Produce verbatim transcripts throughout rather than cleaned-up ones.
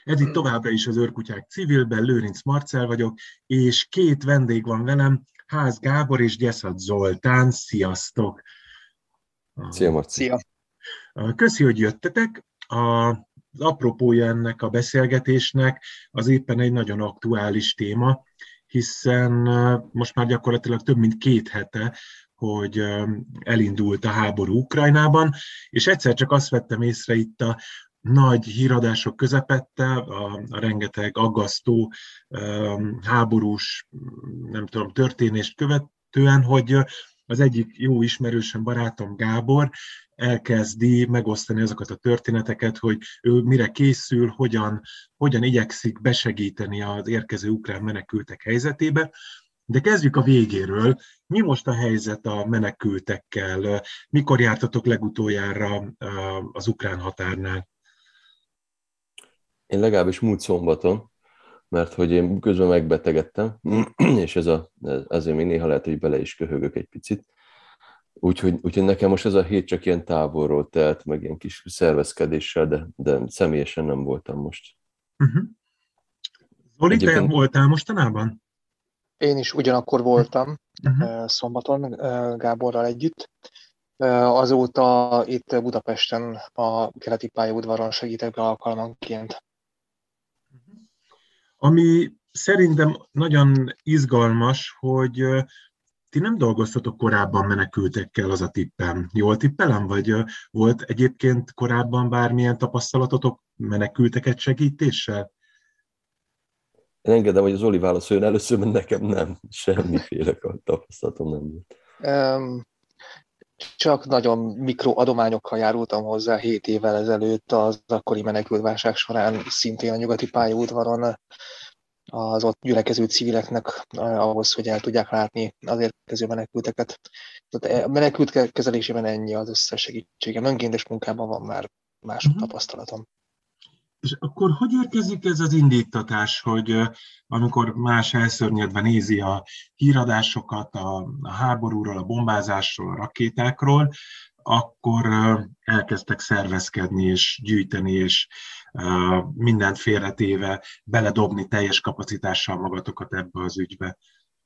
Ez itt továbbra is az Őrkutyák civilben, Lőrinc Marcell vagyok, és két vendég van velem, Ház Gábor és Gyeszat Zoltán. Sziasztok! Szia, Marci! Szia! Köszi, hogy jöttetek. Az apropója ennek a beszélgetésnek az éppen egy nagyon aktuális téma, hiszen most már gyakorlatilag több mint két hete, hogy elindult a háború Ukrajnában, és egyszer csak azt vettem észre itt a nagy híradások közepette, a, a rengeteg aggasztó um, háborús, nem tudom, történést követően, hogy az egyik jó ismerősöm, barátom Gábor elkezdi megosztani azokat a történeteket, hogy ő mire készül, hogyan, hogyan igyekszik besegíteni az érkező ukrán menekültek helyzetébe. De kezdjük a végéről. Mi most a helyzet a menekültekkel? Mikor jártatok legutoljára az ukrán határnál? Én legalábbis múlt szombaton, mert hogy én közben megbetegedtem, és ez a, azért még néha lehet, hogy bele is köhögök egy picit. Úgyhogy, úgyhogy nekem most ez a hét csak ilyen távolról telt, meg ilyen kis szervezkedéssel, de, de személyesen nem voltam most. Uh-huh. Zoli, Egyébként... te voltál mostanában? Én is ugyanakkor voltam, uh-huh. szombaton Gáborral együtt. Azóta itt Budapesten a keleti pályaudvaron segítek be alkalmanként. Ami szerintem nagyon izgalmas, hogy ti nem dolgoztatok korábban menekültekkel, az a tippem. Jól tippelem? Vagy volt egyébként korábban bármilyen tapasztalatotok menekülteket segítéssel? Én engedem, hogy az Zoli válaszoljon először, mert nekem nem. Semmiféle tapasztalatom nem volt. Um, csak nagyon mikroadományokkal járultam hozzá hét évvel ezelőtt az akkori menekültválság során, szintén a nyugati pályaudvaron az ott gyülekező civileknek ahhoz, hogy el tudják látni az érkező menekülteket. Tehát a menekült kezelésében ennyi az összes segítségem. Önkéntes munkában van már mások uh-huh. tapasztalatom. És akkor hogy érkezik ez az indítatás, hogy amikor más elszörnyedve nézi a híradásokat a, a háborúról, a bombázásról, a rakétákról, akkor elkezdtek szervezkedni és gyűjteni, és mindent félretéve beledobni teljes kapacitással magatokat ebbe az ügybe?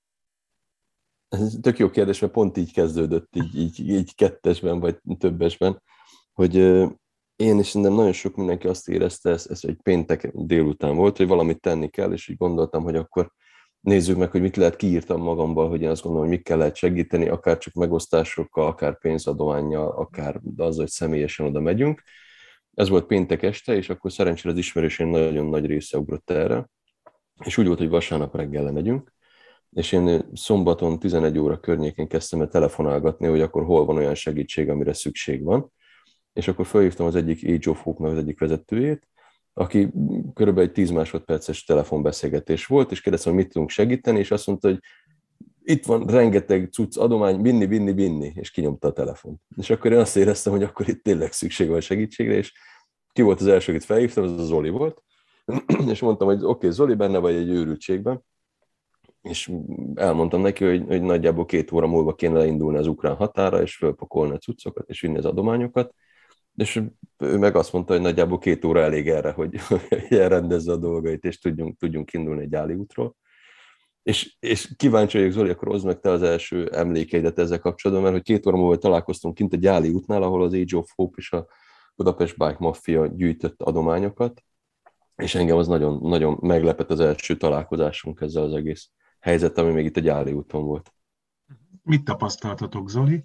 Ez tök jó kérdés, mert pont így kezdődött, így, így, így kettesben vagy többesben, hogy én is szerintem nagyon sok mindenki azt érezte, ez, ez egy péntek délután volt, hogy valamit tenni kell, és így gondoltam, hogy akkor nézzük meg, hogy mit lehet, kiírtam magamból, hogy én azt gondolom, hogy mit kell lehet segíteni, akár csak megosztásokkal, akár pénzadománnyal, akár azzal, hogy személyesen oda megyünk. Ez volt péntek este, és akkor szerencsére az ismerősén nagyon nagy része ugrott erre, és úgy volt, hogy vasárnap reggel lemegyünk, és én szombaton tizenegy óra környékén kezdtem el telefonálgatni, hogy akkor hol van olyan segítség, amire szükség van, és akkor felhívtam az egyik Age of Hope-nak az egyik vezetőjét, aki körülbelül egy tíz másodperces telefonbeszélgetés volt, és kérdeztem, hogy mit tudunk segíteni, és azt mondta, hogy itt van rengeteg cucc adomány, vinni, vinni, vinni, és kinyomta a telefon. És akkor én azt éreztem, hogy akkor itt tényleg szükség van segítségre, és ki volt az első, akit felhívtam, az a Zoli volt, és mondtam, hogy oké, okay, Zoli, benne vagy egy őrültségben, és elmondtam neki, hogy, hogy nagyjából két óra múlva kéne leindulni az ukrán határa, és fölpakolni a cuccokat, és vinni az adományokat, és ő meg azt mondta, hogy nagyjából két óra elég erre, hogy elrendezze a dolgait, és tudjunk, tudjunk indulni egy gyáli útról. És, és kíváncsi vagyok, Zoli, akkor hozd meg te az első emlékeidet ezzel kapcsolatban, mert hogy két óra múlva találkoztunk kint a gyáli útnál, ahol az Age of Hope és a Budapest Bike Mafia gyűjtött adományokat, és engem az nagyon, nagyon meglepett az első találkozásunk ezzel az egész helyzettel, ami még itt a gyáli úton volt. Mit tapasztaltatok, Zoli?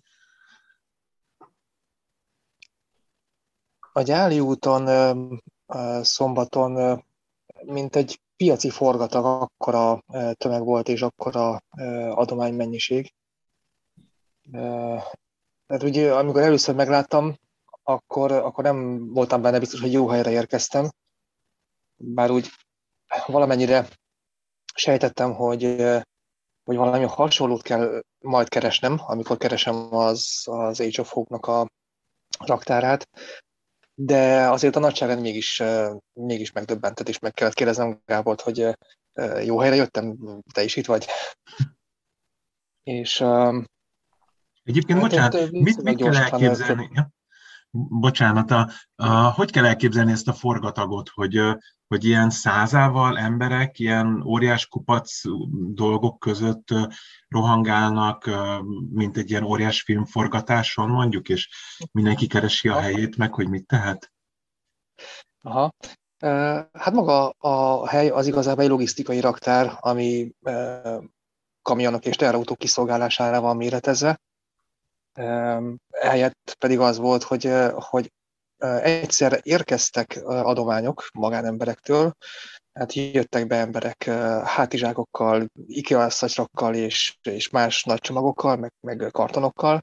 A gyáli úton szombaton mint egy piaci forgatag, akkora tömeg volt és akkora adománymennyiség. Tehát ugye, amikor először megláttam, akkor, akkor nem voltam benne biztos, hogy jó helyre érkeztem. Bár úgy valamennyire sejtettem, hogy, hogy valami hasonlót kell majd keresnem, amikor keresem az, az Age of Hope-nak a raktárát. De azért a nagyságrend mégis, mégis megdöbbentett, és meg kellett kérdeznem Gábort, hogy jó helyre jöttem, te is itt vagy. És egyébként, hát bocsánat, mit, mit kell elképzelni? Ja? bocsánat, a, a, hogy kell elképzelni ezt a forgatagot, hogy, hogy ilyen százával emberek ilyen óriás kupac dolgok között rohangálnak, mint egy ilyen óriás filmforgatáson mondjuk, és mindenki keresi a helyét meg, hogy mit tehet? Aha. Hát maga a hely az igazából egy logisztikai raktár, ami kamionok és teherautók kiszolgálására van méretezve. Ehelyett pedig az volt, hogy, hogy egyszer érkeztek adományok magánemberektől, hát jöttek be emberek hátizsákokkal, IKEA szatyrakkal és, és más nagy csomagokkal, meg, meg kartonokkal.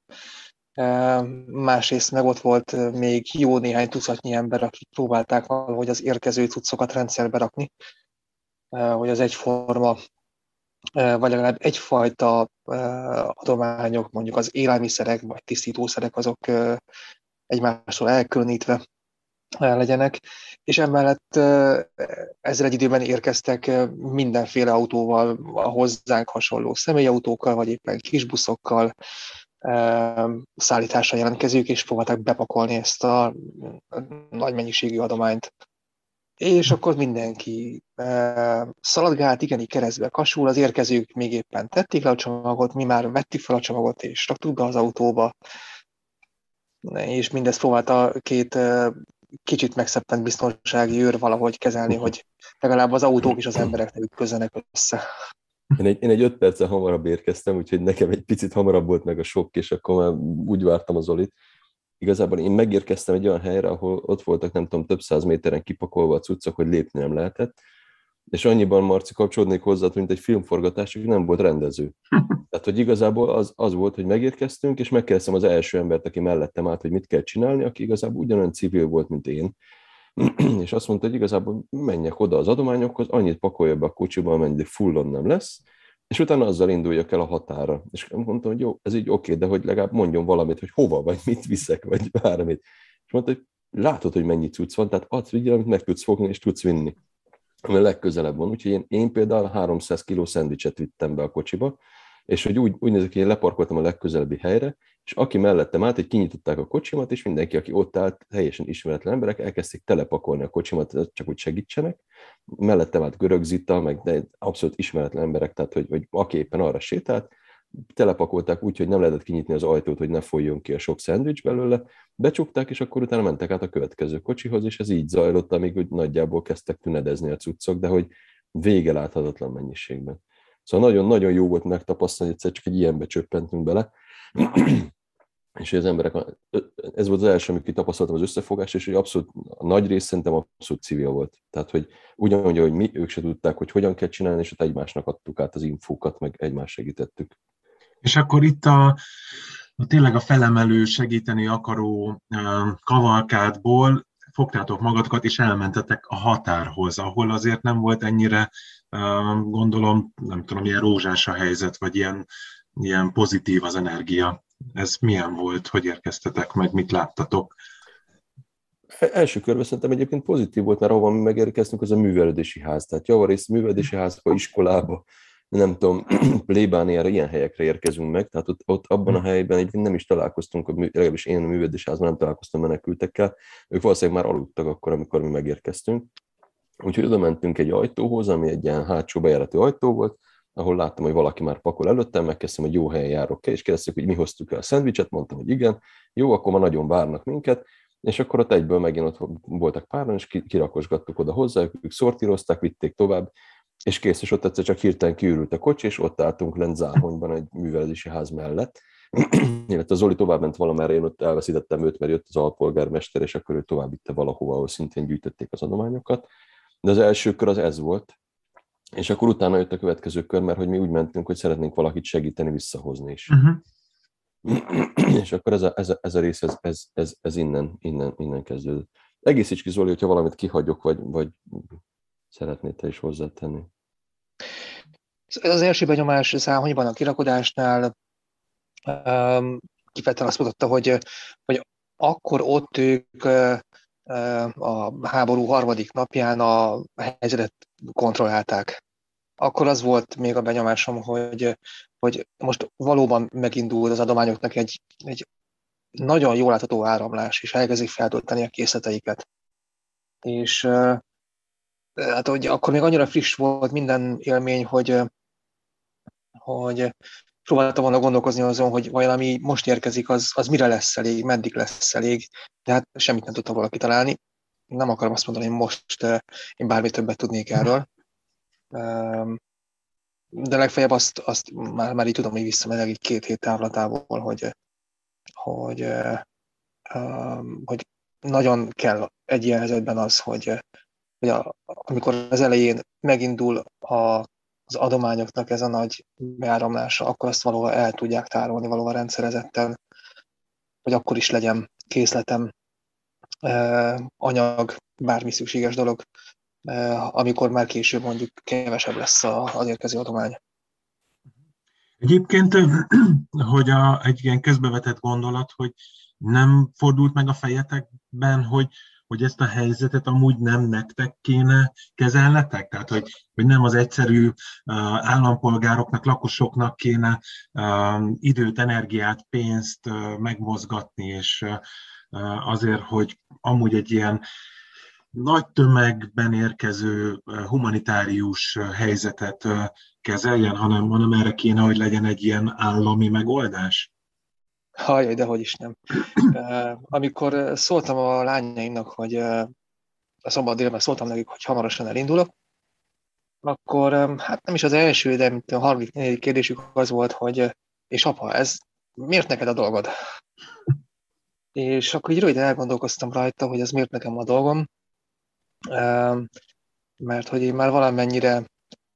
Másrészt meg ott volt még jó néhány tucatnyi ember, akik próbálták valahogy az érkező cuccokat rendszerbe rakni, hogy az egyforma, vagy legalább egyfajta adományok, mondjuk az élelmiszerek vagy tisztítószerek, azok egymástól elkülönítve legyenek, és emellett ezzel egy időben érkeztek mindenféle autóval, a hozzánk hasonló személyautókkal, vagy éppen kisbuszokkal, szállításra jelentkezők, és próbálták bepakolni ezt a nagy mennyiségű adományt. És akkor mindenki szaladgált, igen, keresztbe kasul, az érkezők még éppen tették le a csomagot, mi már vettük fel a csomagot, és raktuk be az autóba, és mindezt próbálta két kicsit megszeptent biztonsági őr valahogy kezelni, hogy legalább az autók és az emberek ne ütközzenek össze. Én egy, én egy öt perccel hamarabb érkeztem, úgyhogy nekem egy picit hamarabb volt meg a sokk, és akkor már úgy vártam az Zolit. Igazából én megérkeztem egy olyan helyre, ahol ott voltak, nem tudom, több száz méteren kipakolva a cuccok, hogy lépni nem lehetett, és annyiban, Marci, kapcsolódnék hozzá, mint egy filmforgatás, csak nem volt rendező. Tehát, hogy igazából az, az volt, hogy megérkeztünk, és megkérdeztem az első embert, aki mellettem állt, hogy mit kell csinálni, aki igazából ugyanolyan civil volt, mint én, és azt mondta, hogy igazából menjek oda az adományokhoz, annyit pakolja be a kocsiba, amennyi fullon nem lesz, és utána azzal induljak el a határa. És mondtam, hogy jó, ez így oké, de hogy legalább mondjon valamit, hogy hova, vagy mit viszek, vagy bármit. És mondta, hogy látod, hogy mennyi cucc van, tehát adsz vigyel, amit meg tudsz fogni, és tudsz vinni. Ami a legközelebb van. Úgyhogy én, én például háromszáz kiló szendvicset vittem be a kocsiba, és hogy úgy, úgy nézett ki, én leparkoltam a legközelebbi helyre, és aki mellettem állt, hogy kinyitották a kocsimat, és mindenki, aki ott állt, teljesen ismeretlen emberek, elkezdték telepakolni a kocsimat, csak úgy segítsenek. Mellettem állt Görög Zita, meg de abszolút ismeretlen emberek, tehát hogy, hogy aki éppen arra sétált, telepakolták úgy, hogy nem lehetett kinyitni az ajtót, hogy ne folyjon ki a sok szendvics belőle, becsukták, és akkor utána mentek át a következő kocsihoz, és ez így zajlott, amíg úgy nagyjából kezdtek tünedezni a cuccok, de hogy vége láthatatlan mennyiségben. Szóval nagyon-nagyon jó volt megtapasztalni, hogy egyszer csak egy ilyenbe csöppentünk bele, és az emberek, ez volt az első, amikor kitapasztaltam az összefogást, és hogy abszolút, a nagy rész szerintem abszolút civil volt. Tehát, hogy ugyanúgy, hogy mi, ők se tudták, hogy hogyan kell csinálni, és ott egymásnak adtuk át az infókat, meg egymást segítettük. És akkor itt a, a tényleg a felemelő, segíteni akaró uh, kavalkádból fogtátok magatokat, és elmentetek a határhoz, ahol azért nem volt ennyire, uh, gondolom, nem tudom, ilyen rózsás a helyzet, vagy ilyen, ilyen pozitív az energia. Ez milyen volt? Hogy érkeztetek meg? Mit láttatok? Első körben szerintem egyébként pozitív volt, mert ahol mi megérkeztünk, az a művelődési ház. Tehát javarészt művelődési házba, iskolába, nem tudom, plébániára, ilyen helyekre érkezünk meg. Tehát ott, ott abban a helyben egyébként nem is találkoztunk, legalábbis én a művelődési házban nem találkoztam menekültekkel. Ők valószínűleg már aludtak akkor, amikor mi megérkeztünk. Úgyhogy oda mentünk egy ajtóhoz, ami egy ilyen hátsó bejáratú ajtó volt, ahol láttam, hogy valaki már pakol előttem, megkezdtem, hogy jó helyen járok-e, és kérdeztük, hogy mi hoztuk el a szendvicset, mondtam, hogy igen, jó, akkor már nagyon várnak minket, és akkor ott egyből megint ott voltak páran, és kirakosgattuk oda hozzá, ők szortírozták, vitték tovább, és kész, és ott egyszer csak hirtelen kiürült a kocsi, és ott álltunk lent Záhonyban egy művelődési ház mellett, illetve a Zoli tovább ment valamerre, én ott elveszítettem őt, mert jött az alpolgármester, és akkor ő tovább vitte valahova, ahol szintén gyűjtötték az adományokat, de az első kör az ez volt. És akkor utána jött a következő kör, mert hogy mi úgy mentünk, hogy szeretnénk valakit segíteni visszahozni is. Uh-huh. És akkor ez a, ez a, ez a rész, ez, ez, ez, ez innen, innen, innen kezdődött. Egészíts ki, Zoli, hogyha valamit kihagyok, vagy, vagy szeretnéd te is hozzátenni. Ez az első benyomás Záhonyban a kirakodásnál um, kifejezetten azt mutatta, hogy, hogy akkor ott ők uh, a háború harmadik napján a helyzetet kontrollálták. Akkor az volt még a benyomásom, hogy, hogy most valóban megindult az adományoknak egy, egy nagyon jól látható áramlás, és elkezdik feltölteni a készleteiket. És hát ugye akkor még annyira friss volt minden élmény, hogy, hogy próbáltam volna gondolkozni azon, hogy vajon ami most érkezik, az, az mire lesz elég, meddig lesz elég, de hát semmit nem tudtam volna kitalálni. Nem akarom azt mondani, hogy most én bármi többet tudnék erről. De legfeljebb azt, azt már, már így tudom, hogy visszamenek így két hét távlatából, hogy, hogy, hogy nagyon kell egy ilyen helyzetben az, hogy, hogy a, amikor az elején megindul a, az adományoknak ez a nagy beáramlása, akkor azt valóban el tudják tárolni valóban rendszerezetten, hogy akkor is legyen készletem, anyag, bármi szükséges dolog, amikor már később mondjuk kevesebb lesz az érkező adomány. Egyébként, hogy a, egy ilyen közbevetett gondolat, hogy nem fordult meg a fejetekben, hogy, hogy ezt a helyzetet amúgy nem nektek kéne kezelnetek? Tehát, hogy, hogy nem az egyszerű uh, állampolgároknak, lakosoknak kéne uh, időt, energiát, pénzt uh, megmozgatni, és uh, azért, hogy amúgy egy ilyen nagy tömegben érkező humanitárius helyzetet kezeljen, hanem, hanem erre kéne, hogy legyen egy ilyen állami megoldás? Hajjaj, de hogy is nem. Amikor szóltam a lányaimnak, hogy a szombat délben szóltam nekik, hogy hamarosan elindulok, akkor hát nem is az első, de a harmadik, negyedik kérdésük az volt, hogy és apa, ez miért neked a dolgod? És akkor így röviden elgondolkoztam rajta, hogy ez miért nekem a dolgom, mert hogy én már valamennyire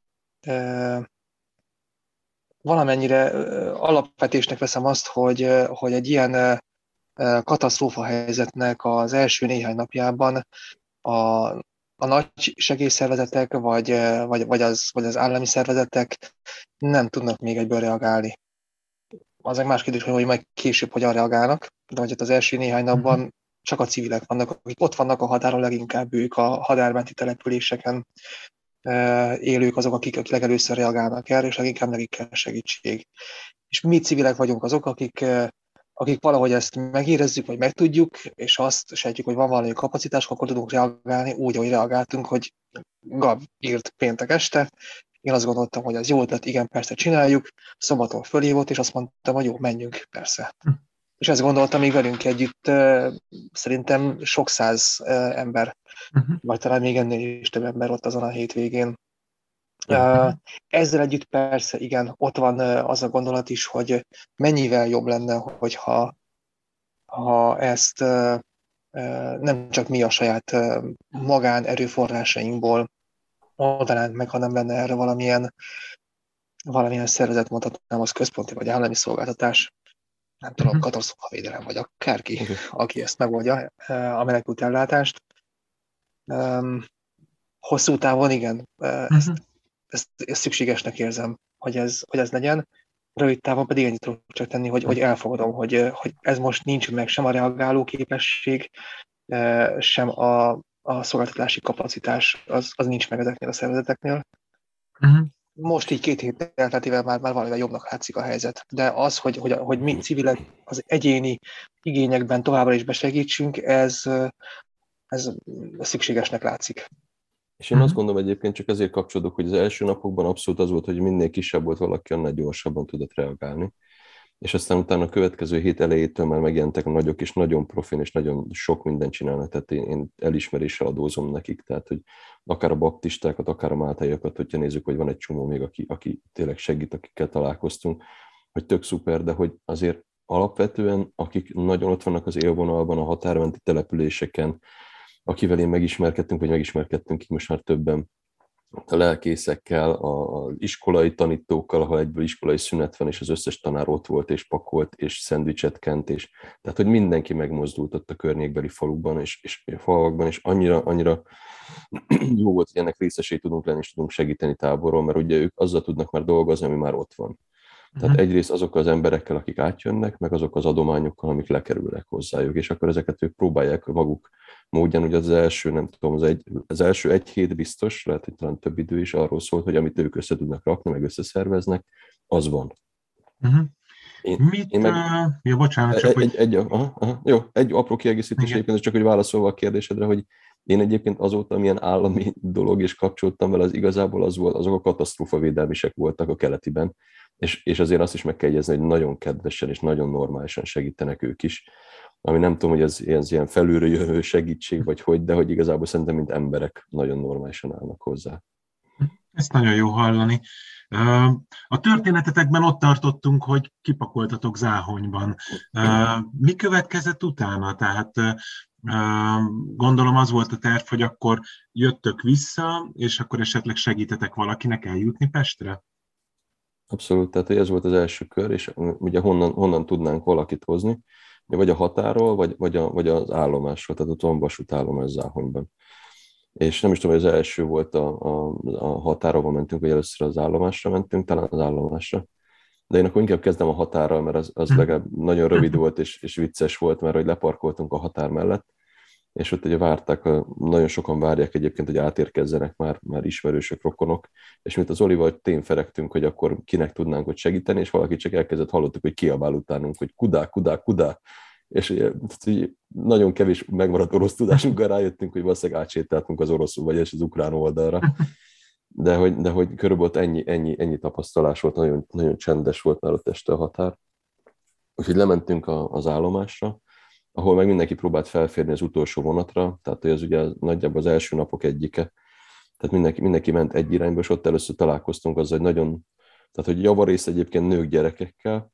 valamennyire alapvetésnek veszem azt, hogy, hogy egy ilyen katasztrófa helyzetnek az első néhány napjában a, a nagy segélyszervezetek, vagy, vagy, vagy, az, vagy az állami szervezetek nem tudnak még egyből reagálni. Az egy más kérdés, hogy majd később hogyan reagálnak, de hogy az első néhány napban csak a civilek vannak, akik ott vannak a határon, leginkább ők a határmenti településeken élők azok, akik, akik legelőször reagálnak erre, és leginkább nekik kell segítség. És mi civilek vagyunk azok, akik, akik valahogy ezt megérezzük, vagy megtudjuk, és azt sejtjük, hogy van valami kapacitás, akkor tudunk reagálni úgy, ahogy reagáltunk, hogy Gab írt péntek este, én azt gondoltam, hogy az jó ötlet, igen, persze csináljuk, szombaton fölhívott, és azt mondtam, hogy jó, menjünk, persze. És ezt gondoltam még velünk együtt, szerintem sok száz ember, uh-huh. vagy talán még ennél is több ember ott azon a hétvégén. Uh-huh. Ezzel együtt persze, igen, ott van az a gondolat is, hogy mennyivel jobb lenne, hogyha ha ezt nem csak mi a saját magán erőforrásainkból oldanánk meg, hanem lenne erre valamilyen, valamilyen szervezet, mondhatnám, az központi vagy állami szolgáltatás, nem tudom, uh-huh. katasztrófavédelem, vagy akárki, okay. aki ezt megoldja, a menekült ellátást. Um, hosszú távon igen, uh-huh. ezt, ezt, ezt szükségesnek érzem, hogy ez, hogy ez legyen. Rövid távon pedig ennyit tudok csak tenni, hogy, hogy elfogadom, hogy, hogy ez most nincs meg sem a reagáló képesség, sem a, a szolgáltatási kapacitás, az, az nincs meg ezeknél a szervezeteknél. Uh-huh. Most így két hét elteltével már, már valamivel jobbnak látszik a helyzet. De az, hogy, hogy, hogy mi civilek az egyéni igényekben továbbra is besegítsünk, ez, ez szükségesnek látszik. És én azt gondolom egyébként, csak ezért kapcsolódok, hogy az első napokban abszolút az volt, hogy minél kisebb volt valaki, annál gyorsabban tudott reagálni. És aztán utána a következő hét elejétől már megjelentek a nagyok, és nagyon profin, és nagyon sok mindent csinálnak, tehát én, én elismeréssel adózom nekik, tehát hogy akár a baptistákat, akár a máltaiakat, hogyha nézzük, hogy van egy csomó még, aki, aki tényleg segít, akikkel találkoztunk, hogy tök szuper, de hogy azért alapvetően, akik nagyon ott vannak az élvonalban, a határmenti településeken, akivel én megismerkedtünk, vagy megismerkedtünk így most már többen, a lelkészekkel, az iskolai tanítókkal, ahol egyből iskolai szünet van, és az összes tanár ott volt, és pakolt, és szendvicset kent, és tehát, hogy mindenki megmozdult ott a környékbeli falukban, és, és falvakban, és annyira, annyira jó volt, hogy ennek részesei tudunk lenni, és tudunk segíteni táborról, mert ugye ők azzal tudnak már dolgozni, ami már ott van. Tehát uh-huh. egyrészt azokkal az emberekkel, akik átjönnek, meg azok az adományokkal, amik lekerülnek hozzájuk, és akkor ezeket ők próbálják maguk módján, ugye az első, nem tudom, az, egy, az első egy hét biztos, lehet, hogy talán több idő is arról szólt, hogy amit ők össze tudnak rakni, meg összeszerveznek, az van. Uh-huh. Én, Mit, én meg... uh, ja, bocsánat, csak egy, hogy... egy, egy, aha, aha, jó, egy apró kiegészítés egyébként, csak hogy válaszolva a kérdésedre, hogy én egyébként azóta milyen állami dolog is kapcsoltam vele, az igazából az volt, azok a katasztrófavédelmisek voltak a keletiben, és, és azért azt is meg kell jegyezni, hogy nagyon kedvesen és nagyon normálisan segítenek ők is, ami nem tudom, hogy ez, ez ilyen felülről jövő segítség, vagy hogy, de hogy igazából szerintem, mint emberek nagyon normálisan állnak hozzá. Ezt nagyon jó hallani. A történetetekben ott tartottunk, hogy kipakoltatok Záhonyban. Mi következett utána? Tehát gondolom az volt a terv, hogy akkor jöttök vissza, és akkor esetleg segítetek valakinek eljutni Pestre? Abszolút, tehát ez volt az első kör, és ugye honnan, honnan tudnánk valakit hozni, vagy a határól, vagy, vagy, a, vagy az állomásról, tehát ott van vasútállomás Záhonyban. És nem is tudom, hogy az első volt a, a, a határól mentünk, vagy először az állomásra mentünk, talán az állomásra. De én akkor inkább kezdem a határral, mert az, az legalább nagyon rövid volt, és, és vicces volt, mert hogy leparkoltunk a határ mellett, és ott ugye várták, nagyon sokan várják egyébként, hogy átérkezzenek már, már ismerősök, rokonok, és mint az Olival tényferegtünk, hogy akkor kinek tudnánk hogy segíteni, és valaki csak elkezdett, hallottuk, hogy kiabál utánunk, hogy kudá, kudá, kudá, és ugye, nagyon kevés megmaradt orosz tudásunkkal rájöttünk, hogy valószínűleg átsétáltunk az orosz vagy az ukrán oldalra, de hogy, de hogy körülbelül ennyi, ennyi, ennyi tapasztalás volt, nagyon, nagyon csendes volt már ott este a határ. Úgyhogy lementünk a, az állomásra, ahol meg mindenki próbált felférni az utolsó vonatra, tehát ez ugye nagyjából az első napok egyike. Tehát mindenki, mindenki ment egy irányba, és ott először találkoztunk azzal, hogy nagyon, tehát hogy javarészt egyébként nők gyerekekkel,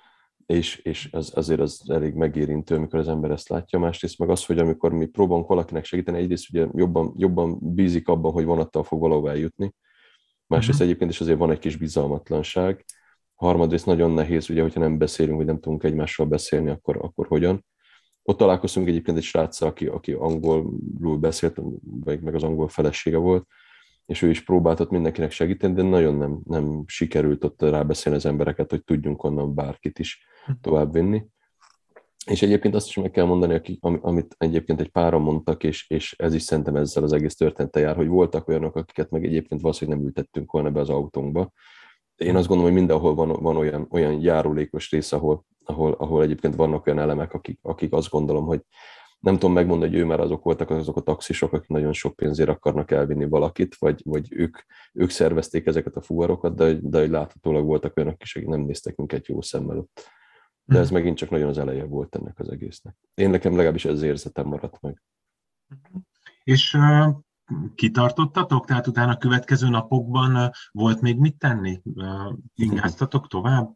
és, és az, azért az elég megérintő, amikor az ember ezt látja. Másrészt meg az, hogy amikor mi próbálunk valakinek segíteni, egyrészt ugye jobban, jobban bízik abban, hogy vonattal fog valahova eljutni. Másrészt uh-huh. egyébként is azért van egy kis bizalmatlanság. Harmadrészt nagyon nehéz, ugye, hogyha nem beszélünk, vagy nem tudunk egymással beszélni, akkor, akkor hogyan. Ott találkoztunk egyébként egy sráccal, aki, aki angolul beszélt, meg, meg az angol felesége volt, és ő is próbált ott mindenkinek segíteni, de nagyon nem, nem sikerült ott rábeszélni az embereket, hogy tudjunk onnan bárkit is továbbvinni. És egyébként azt is meg kell mondani, amit egyébként egy páran mondtak, és, és ez is szerintem ezzel az egész történettel jár, hogy voltak olyanok, akiket meg egyébként valószínűleg nem ültettünk volna be az autónkba. Én azt gondolom, hogy mindenhol van, van olyan, olyan járulékos rész, ahol, ahol, ahol egyébként vannak olyan elemek, akik, akik azt gondolom, hogy nem tudom megmondani, hogy ő már azok voltak azok a taxisok, akik nagyon sok pénzért akarnak elvinni valakit, vagy, vagy ők, ők szervezték ezeket a fuvarokat, de, de hogy láthatólag voltak olyanok is, akik nem néztek minket jó szemmel ott. De ez megint csak nagyon az eleje volt ennek az egésznek. Én nekem legalábbis ez érzetem maradt meg. És uh, kitartottatok? Tehát utána a következő napokban uh, volt még mit tenni? Uh, ingáztatok tovább?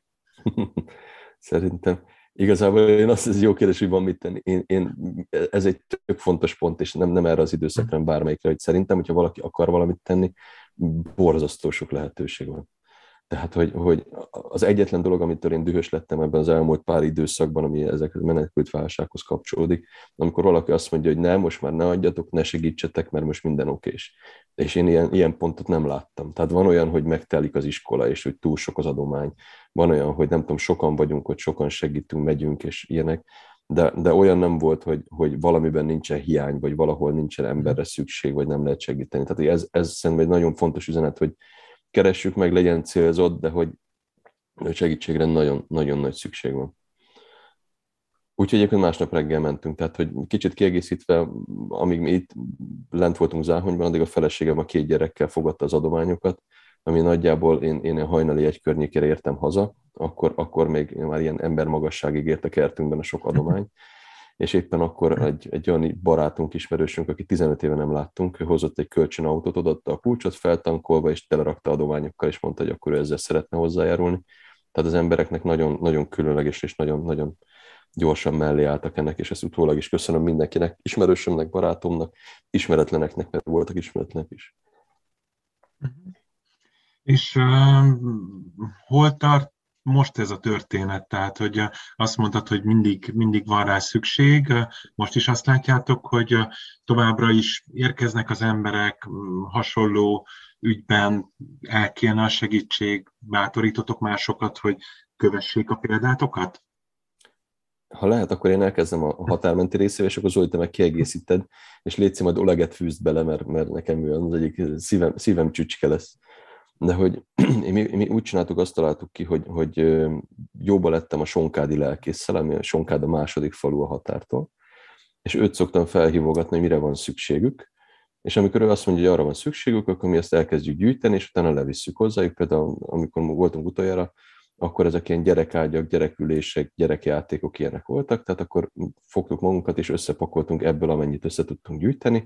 Szerintem. Igazából én azt, ez jó kérdés, hogy van mit tenni. Én, én, ez egy tök fontos pont, és nem, nem erre az időszakra, hanem bármelyikre, hogy szerintem, hogyha valaki akar valamit tenni, borzasztó sok lehetőség van. Tehát, hogy, hogy az egyetlen dolog, amitől én dühös lettem ebben az elmúlt pár időszakban, ami ezek a menekült válsághoz kapcsolódik, amikor valaki azt mondja, hogy ne, most már ne adjatok, ne segítsetek, mert most minden okés. És én ilyen, ilyen pontot nem láttam. Tehát van olyan, hogy megtelik az iskola, és hogy túl sok az adomány. Van olyan, hogy nem tudom, sokan vagyunk, hogy sokan segítünk, megyünk, és ilyenek. De, de olyan nem volt, hogy, hogy valamiben nincsen hiány, vagy valahol nincsen emberre szükség, vagy nem lehet segíteni. Tehát ez, ez szerintem egy nagyon fontos üzenet, hogy keressük meg, legyen célzott, de hogy segítségre nagyon, nagyon nagy szükség van. Úgyhogy egyébként másnap reggel mentünk, tehát hogy kicsit kiegészítve, amíg mi itt lent voltunk Záhonyban, addig a feleségem a két gyerekkel fogadta az adományokat, ami nagyjából én, én a hajnali egy környékére értem haza, akkor, akkor még már ilyen embermagasságig ért a kertünkben a sok adomány, és éppen akkor egy, egy olyan barátunk, ismerősünk, aki tizenöt éve nem láttunk, ő hozott egy kölcsönautót, odaadta a kulcsot feltankolva, és telerakta adományokkal, és mondta, hogy akkor ő ezzel szeretne hozzájárulni. Tehát az embereknek nagyon, nagyon különleges, és nagyon, nagyon gyorsan mellé álltak ennek, és ezt utólag is köszönöm mindenkinek, ismerősömnek, barátomnak, ismeretleneknek, mert voltak ismeretlenek is. És uh, hol tart most ez a történet? Tehát, hogy azt mondtad, hogy mindig, mindig van rá szükség, most is azt látjátok, hogy továbbra is érkeznek az emberek hasonló ügyben, el kéne a segítség, bátorítotok másokat, hogy kövessék a példátokat? Ha lehet, akkor én elkezdem a határmenti részével, és akkor Zoli, te meg kiegészíted, és légy szíves, majd Oleget fűzd bele, mert, mert nekem olyan az egyik szívem, szívem csücske lesz. de hogy mi, mi úgy csináltuk, azt találtuk ki, hogy, hogy jóba lettem a sonkádi lelkésszel, ami a Sonkád a második falu a határtól, és őt szoktam felhívogatni, hogy mire van szükségük, és amikor ő azt mondja, hogy arra van szükségük, akkor mi ezt elkezdjük gyűjteni, és utána levisszük hozzájuk. Például amikor voltunk utoljára, akkor ezek ilyen gyerekágyak, gyerekülések, gyerekjátékok ilyenek voltak, tehát akkor fogtuk magunkat, és összepakoltunk ebből, amennyit össze tudtunk gyűjteni,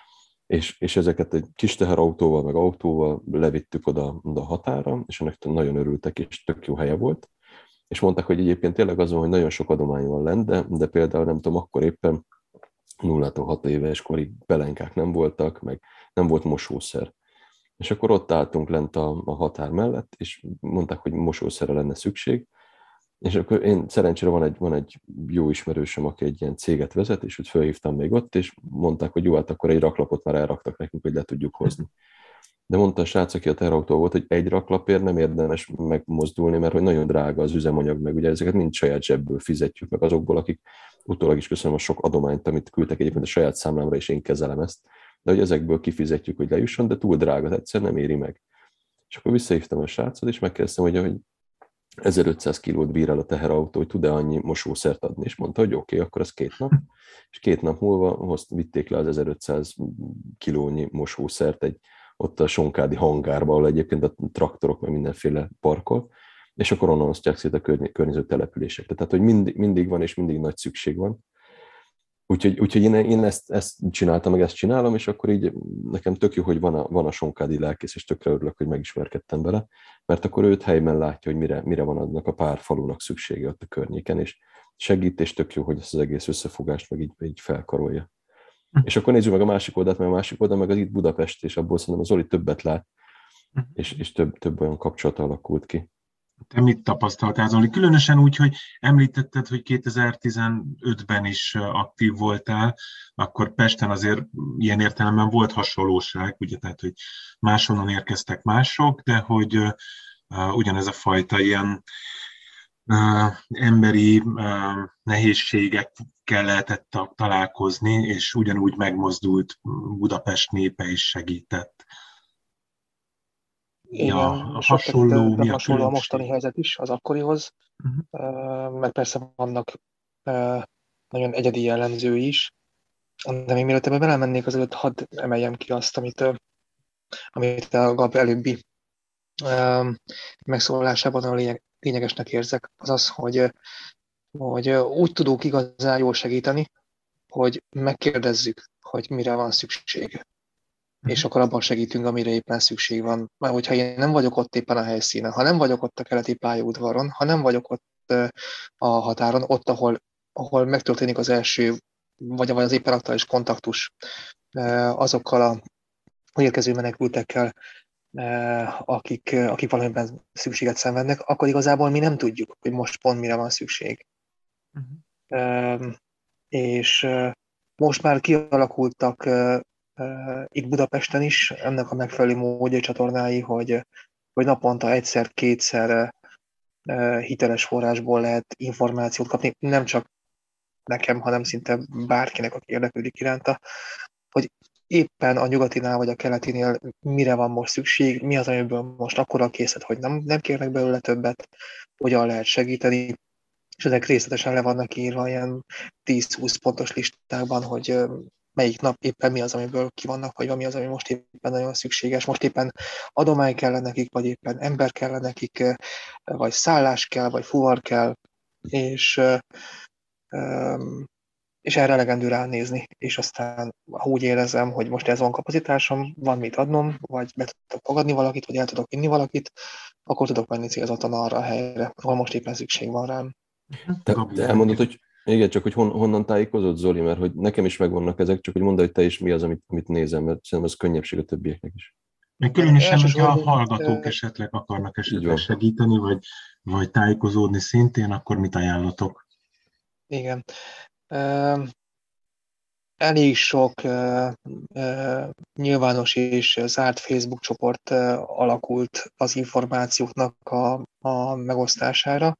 és, és ezeket egy kis teherautóval, meg autóval levittük oda, oda a határa, és ennek nagyon örültek, és tök jó helye volt. És mondták, hogy egyébként tényleg azon, hogy nagyon sok adomány van lent, de, de például nem tudom, akkor éppen nullától hat éves korig pelenkák nem voltak, meg nem volt mosószer. És akkor ott álltunk lent a, a határ mellett, és mondták, hogy mosószerre lenne szükség. És akkor én szerencsére van egy, van egy jó ismerősöm, aki egy ilyen céget vezet, és őt felhívtam még ott, és mondták, hogy jó, hát akkor egy raklapot már elraktak nekünk, hogy le tudjuk hozni. De mondta a srác, aki a teherautó volt, hogy egy raklapért nem érdemes megmozdulni, mert hogy nagyon drága az üzemanyag, meg ugye ezeket mind saját zsebből fizetjük, meg azokból, akik utólag is köszönöm a sok adományt, amit küldtek egyébként a saját számlámra, és én kezelem ezt, de hogy ezekből kifizetjük, hogy lejusson, de túl drága, egyszerűen nem éri meg. És akkor visszahívtam a srácot, és megkérdeztem, hogy, hogy ezerötszáz kilót bír el a teherautó, hogy tud-e annyi mosószert adni, és mondta, hogy oké, okay, akkor az két nap, és két nap múlva hozt, vitték le az ezerötszáz kilónyi mosószert egy ott a sonkádi hangárba, ahol egyébként a traktorok meg mindenféle parkol, és akkor onnan osztják szét a környező településekre. Tehát, hogy mindig, mindig van, és mindig nagy szükség van. Úgyhogy, úgyhogy én, én ezt, ezt csináltam, meg ezt csinálom, és akkor így nekem tök jó, hogy van a, van a sonkádi lelkész, és tökre örülök, hogy megismerkedtem vele, mert akkor őt helyben látja, hogy mire, mire van annak a pár falunak szüksége ott a környéken, és segít, és tök jó, hogy ezt az egész összefogást meg így, így felkarolja. És akkor nézzük meg a másik oldalt, mert a másik oldal meg az itt Budapest, és abból szerintem az Zoli többet lát, és, és több, több olyan kapcsolat alakult ki. Te mit tapasztaltál, Zoli? Különösen úgy, hogy említetted, hogy kétezer-tizenötben is aktív voltál, akkor Pesten azért ilyen értelemben volt hasonlóság, ugye, tehát, hogy máshonnan érkeztek mások, de hogy uh, ugyanez a fajta ilyen uh, emberi uh, nehézségekkel lehetett találkozni, és ugyanúgy megmozdult Budapest népe is segített. Igen, Ja, sok hasonló, mi a hasonló a mostani helyzet is az akkorihoz, uh-huh. Mert persze vannak uh, nagyon egyedi jellemzői is, de még mielőtt ebbe belemennék, azelőtt hadd emeljem ki azt, amit, uh, amit a Gab előbbi uh, megszólalásában a lényeg, lényegesnek érzek, az az, hogy, hogy úgy tudunk igazán jól segíteni, hogy megkérdezzük, hogy mire van szükség. És akkor abban segítünk, amire éppen szükség van. Mert hogyha én nem vagyok ott éppen a helyszínen, ha nem vagyok ott a keleti pályaudvaron, ha nem vagyok ott a határon, ott, ahol, ahol megtörténik az első, vagy az éppen aktuális kontaktus azokkal a érkező menekültekkel, akik, akik valamiben szükséget szenvednek, akkor igazából mi nem tudjuk, hogy most pont mire van szükség. Uh-huh. És most már kialakultak Uh, itt Budapesten is ennek a megfelelő módjai, csatornái, hogy, hogy naponta egyszer-kétszer uh, hiteles forrásból lehet információt kapni, nem csak nekem, hanem szinte bárkinek, aki érdeklődik iránta, hogy éppen a nyugatinál vagy a keletinél mire van most szükség, mi az, amiből most akkora készlet, hogy nem, nem kérnek belőle többet, hogyan lehet segíteni, és ezek részletesen le vannak írva ilyen tíz-húsz pontos listákban, hogy melyik nap éppen mi az, amiből ki vannak, vagy mi az, ami most éppen nagyon szükséges. Most éppen adomány kell nekik, vagy éppen ember kell nekik, vagy szállás kell, vagy fuvar kell, és, és erre elegendő ránézni. És aztán, ha úgy érezem, hogy most ez van kapacitásom, van mit adnom, vagy be tudok fogadni valakit, vagy el tudok vinni valakit, akkor tudok menni célzottan arra a helyre, ahol most éppen szükség van rám. Te, te elmondod, hogy igen, csak hogy hon, honnan tájékozott, Zoli, mert hogy nekem is megvannak ezek, csak hogy mondd, hogy te is mi az, amit, amit nézem, mert szerintem ez könnyebbség a többieknek is. Még különösen, hogyha a hallgatók esetleg akarnak esetleg segíteni, vagy, vagy tájékozódni szintén, akkor mit ajánlatok? Igen. Elég sok uh, uh, nyilvános és zárt Facebook csoport uh, alakult az információknak a, a megosztására.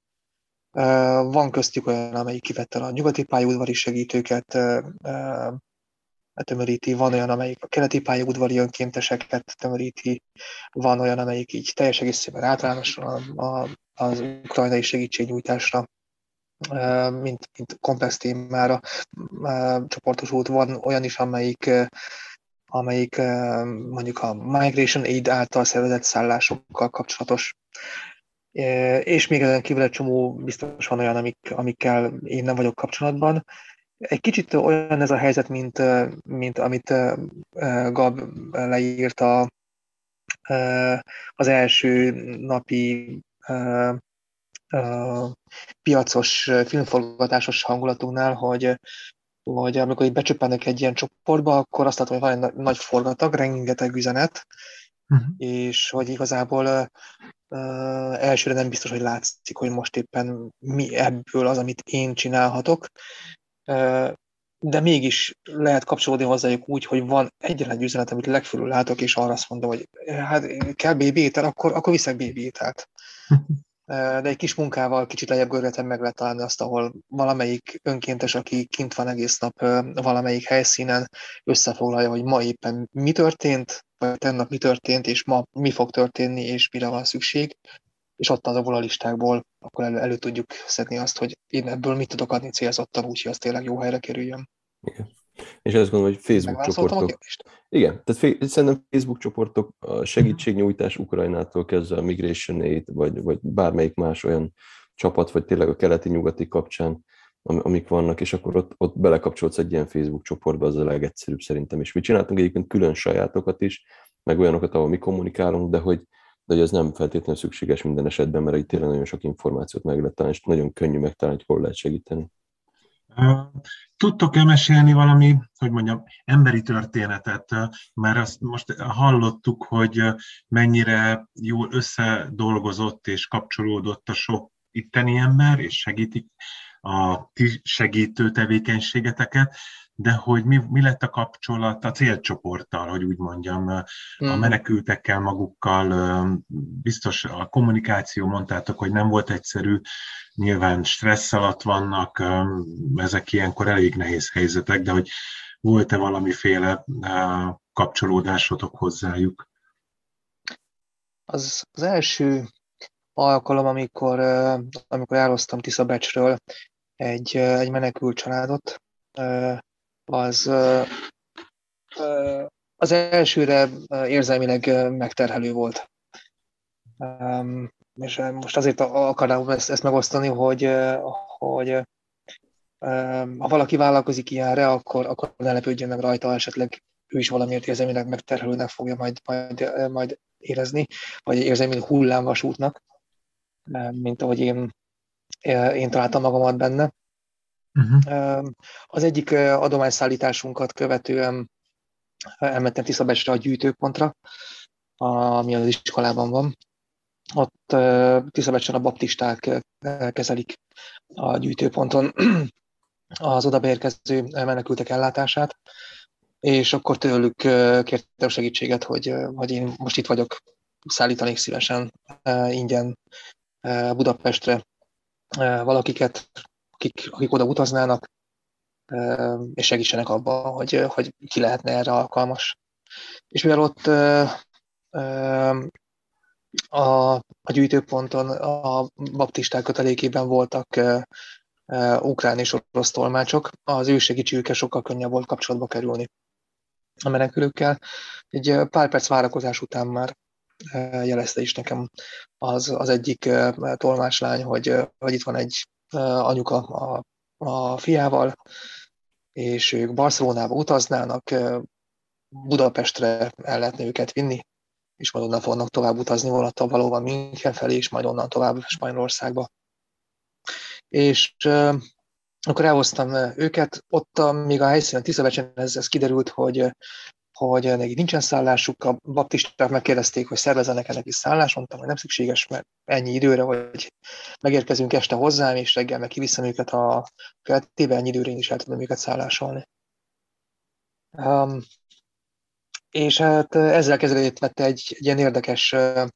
Uh, van köztük olyan, amelyik kivette a nyugati pályaudvari segítőket, uh, uh, tömöríti, van olyan, amelyik a keleti pályaudvari önkénteseket tömöríti, van olyan, amelyik így teljes egészében általánosan az ukrajnai segítségnyújtásra, mint, mint komplex témára csoportosult. Van olyan is, amelyik, amelyik mondjuk a Migration Aid által szervezett szállásokkal kapcsolatos. És még ezen kívül egy csomó biztos van olyan, amik, amikkel én nem vagyok kapcsolatban. Egy kicsit olyan ez a helyzet, mint, mint amit Gab leírt a, az első napi piacos, filmforgatásos hangulatunknál, hogy, hogy amikor így becsöppennek egy ilyen csoportba, akkor azt látom, hogy van egy nagy forgatag, rengeteg üzenet, uh-huh. és hogy igazából uh, elsőre nem biztos, hogy látszik, hogy most éppen mi ebből az, amit én csinálhatok, uh, de mégis lehet kapcsolódni hozzájuk úgy, hogy van egyetlen üzenet, amit legfölül látok, és arra azt mondom, hogy hát kell bébi étel, akkor, akkor viszek bébi ételt. De egy kis munkával kicsit lejjebb görgetem, meg lehet találni azt, ahol valamelyik önkéntes, aki kint van egész nap valamelyik helyszínen, összefoglalja, hogy ma éppen mi történt, vagy tennap mi történt, és ma mi fog történni, és mire van szükség, és ott azokból a listákból akkor elő, elő tudjuk szedni azt, hogy én ebből mit tudok adni célzottan, úgyhogy az tényleg jó helyre kerüljön. Igen. És azt gondolom, hogy Facebook csoportok. Igen, tehát szerintem Facebook csoportok, a segítségnyújtás Ukrajnától kezdve a Migration Aid, vagy, vagy bármelyik más olyan csapat, vagy tényleg a keleti-nyugati kapcsán, amik vannak, és akkor ott, ott belekapcsolsz egy ilyen Facebook csoportba, az a legegyszerűbb szerintem. És mi csináltunk egyébként külön sajátokat is, meg olyanokat, ahol mi kommunikálunk, de hogy, de hogy ez nem feltétlenül szükséges minden esetben, mert itt tényleg nagyon sok információt meg lehet találni, és nagyon könnyű megtalálni, hogy hol lehet segíteni. Tudtok-e mesélni valami, hogy mondjam, emberi történetet, mert azt most hallottuk, hogy mennyire jól összedolgozott és kapcsolódott a sok itteni ember, és segítik a ti segítő tevékenységeteket, de hogy mi, mi lett a kapcsolat a célcsoporttal, hogy úgy mondjam, a menekültekkel magukkal, biztos a kommunikáció, mondtátok, hogy nem volt egyszerű, nyilván stressz alatt vannak, ezek ilyenkor elég nehéz helyzetek, de hogy volt-e valamiféle kapcsolódásotok hozzájuk? Az, az első alkalom, amikor, amikor elhoztam Tiszabecsről egy, egy menekült családot, az, az elsőre érzelmileg megterhelő volt. És most azért akarnám ezt, ezt megosztani, hogy, hogy ha valaki vállalkozik ilyenre, akkor, akkor ne lepődjön meg rajta, esetleg ő is valamiért érzelmileg megterhelőnek fogja majd, majd, majd érezni, vagy érzelmi hullámvasútnak, mint ahogy én, én találtam magamat benne. Uh-huh. Az egyik adományszállításunkat követően elmentem Tiszabecsre a gyűjtőpontra, ami az iskolában van. Ott Tiszabecsen a baptisták kezelik a gyűjtőponton az oda beérkező menekültek ellátását, és akkor tőlük kértem segítséget, hogy, hogy én most itt vagyok, szállítanék szívesen ingyen Budapestre valakiket, akik, akik oda utaznának, és segítsenek abban, hogy, hogy ki lehetne erre alkalmas. És mivel ott a, a gyűjtőponton a baptisták kötelékében voltak ukrán és orosz tolmácsok, az ő segítségükkel sokkal könnyebb volt kapcsolatba kerülni a menekülőkkel. Egy pár perc várakozás után már jelezte is nekem az, az egyik tolmácslány, hogy, hogy itt van egy anyuka a, a fiával, és ők Barcelonába utaznának, Budapestre el lehetne őket vinni, és majd onnan fognak tovább utazni vonattal valóban München felé, és majd onnan tovább Spanyolországba. És uh, akkor elhoztam őket, ott a, még a helyszínen Tiszabecsen ez, ez kiderült, hogy, hogy nekik nincsen szállásuk, a baptisták megkérdezték, hogy szervezzenek ennek is szállást, mondtam, hogy nem szükséges, mert ennyi időre, hogy megérkezünk este hozzám, és reggel meg kiviszem őket a keletében, ennyi időre én is el tudom őket szállásolni. Um, és hát ezzel kezdődött lett egy, egy ilyen érdekes uh,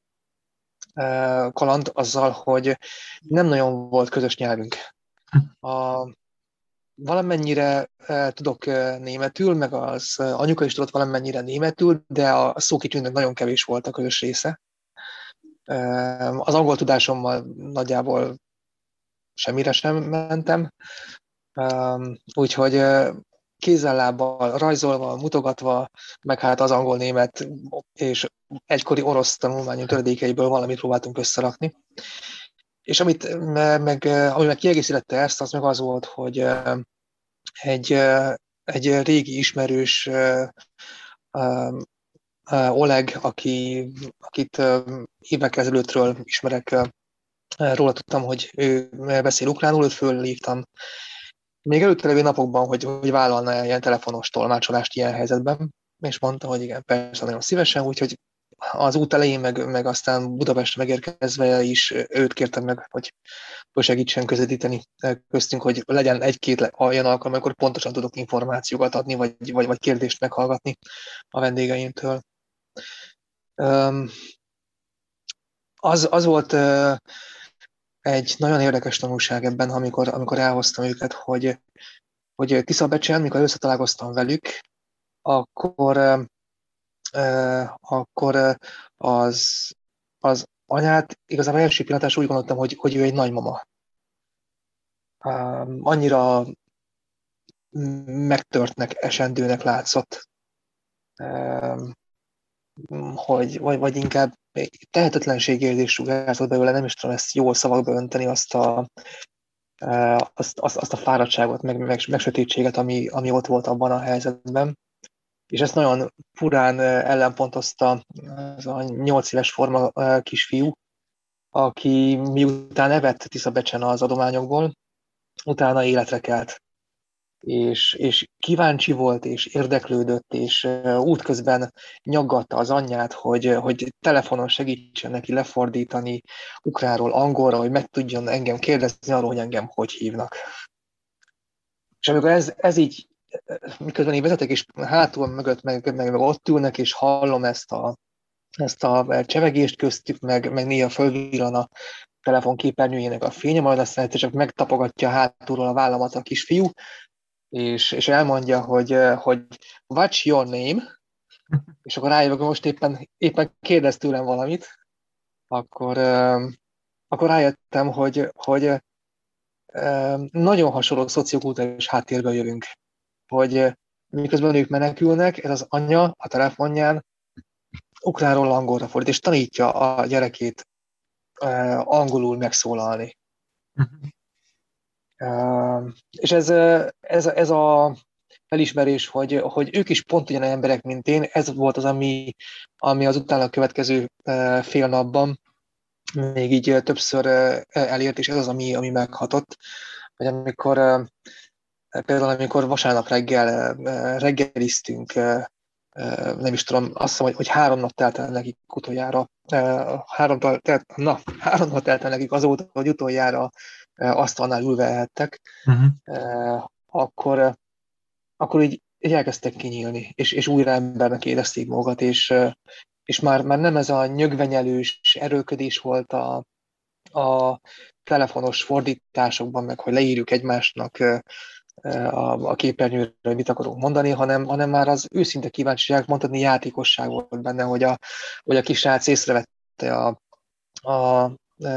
kaland azzal, hogy nem nagyon volt közös nyelvünk. A, valamennyire tudok németül, meg az anyuka is tudott valamennyire németül, de a szókicsőnek nagyon kevés volt a közös része. Az angol tudásommal nagyjából semmire sem mentem, úgyhogy kézzel-lábbal, rajzolva, mutogatva, meg hát az angol-német és egykori orosz tanulmányunk töredékeiből valamit próbáltunk összerakni. És amit meg, ami meg kiegészítette ezt, az meg az volt, hogy egy, egy régi ismerős, Oleg, aki, akit évekkel ezelőttről ismerek, róla tudtam, hogy ő beszél ukránul, őt fölhívtam még előtte levő napokban, hogy, hogy vállalna ilyen telefonos tolmácsolást ilyen helyzetben, és mondta, hogy igen, persze nagyon szívesen, úgyhogy az út elején, meg, meg aztán Budapestre megérkezve is őt kértem meg, hogy segítsen közvetíteni köztünk, hogy legyen egy-két olyan alkalom, amikor pontosan tudok információkat adni, vagy, vagy, vagy kérdést meghallgatni a vendégeimtől. Az, az volt egy nagyon érdekes tanulság ebben, amikor, amikor elhoztam őket, hogy, hogy Tiszabecsen, mikor összetalálkoztam velük, akkor, akkor az, az anyát igazából első pillantásra úgy gondoltam, hogy, hogy ő egy nagymama. Annyira megtörtnek, esendőnek látszott, hogy, vagy, vagy inkább tehetetlenségérzés sugárzott belőle, nem is tudom ezt jól szavakba önteni, azt a, azt, azt, azt a fáradtságot, meg, meg, meg sötétséget, ami, ami ott volt abban a helyzetben. És ezt nagyon furán ellenpontozta az a nyolc éves forma kisfiú, aki miután evett Tiszabecsen az adományokból, utána életre kelt. És, és kíváncsi volt, és érdeklődött, és útközben nyaggatta az anyját, hogy, hogy telefonon segítsen neki lefordítani ukránról angolra, hogy meg tudjon engem kérdezni arról, hogy engem hogy hívnak. És amikor ez, ez így, miközben én vezetek, és hátul mögött meg, meg, meg ott ülnek, és hallom ezt a, ezt a csevegést köztük, meg, meg néha fölvillan a telefon képernyőjének a fénye, majd aztán egyszer csak megtapogatja hátulról a vállamat a kisfiú, és, és elmondja, hogy, hogy what's your name? És akkor rájövök, hogy most éppen, éppen kérdez tőlem valamit, akkor, akkor rájöttem, hogy, hogy nagyon hasonló szociokulturális háttérből jövünk. Hogy miközben ők menekülnek, ez az anya a telefonján ukránról angolra fordít, és tanítja a gyerekét angolul megszólalni. Uh, és ez, ez, ez a felismerés, hogy, hogy ők is pont ugyanolyan emberek, mint én, ez volt az, ami, ami az utána következő uh, fél napban még így uh, többször uh, elért, és ez az, ami, ami meghatott. Hogy amikor, uh, például amikor vasárnap reggel uh, reggeliztünk, uh, uh, nem is tudom, azt hiszem, hogy, hogy három nap telt el nekik utoljára, uh, három, telt, na, három nap telt el nekik azóta, hogy utoljára asztalnál ülve elhettek, uh-huh. akkor, akkor így, így elkezdtek kinyílni, és, és újra embernek érezték magukat, és, és már, már nem ez a nyögvenyelős erőködés volt a, a telefonos fordításokban, meg hogy leírjuk egymásnak a, a képernyőre, hogy mit akarunk mondani, hanem, hanem már az őszinte kíváncsiság, mondhatni játékosság volt benne, hogy a, hogy a kis srác észrevette a, a, a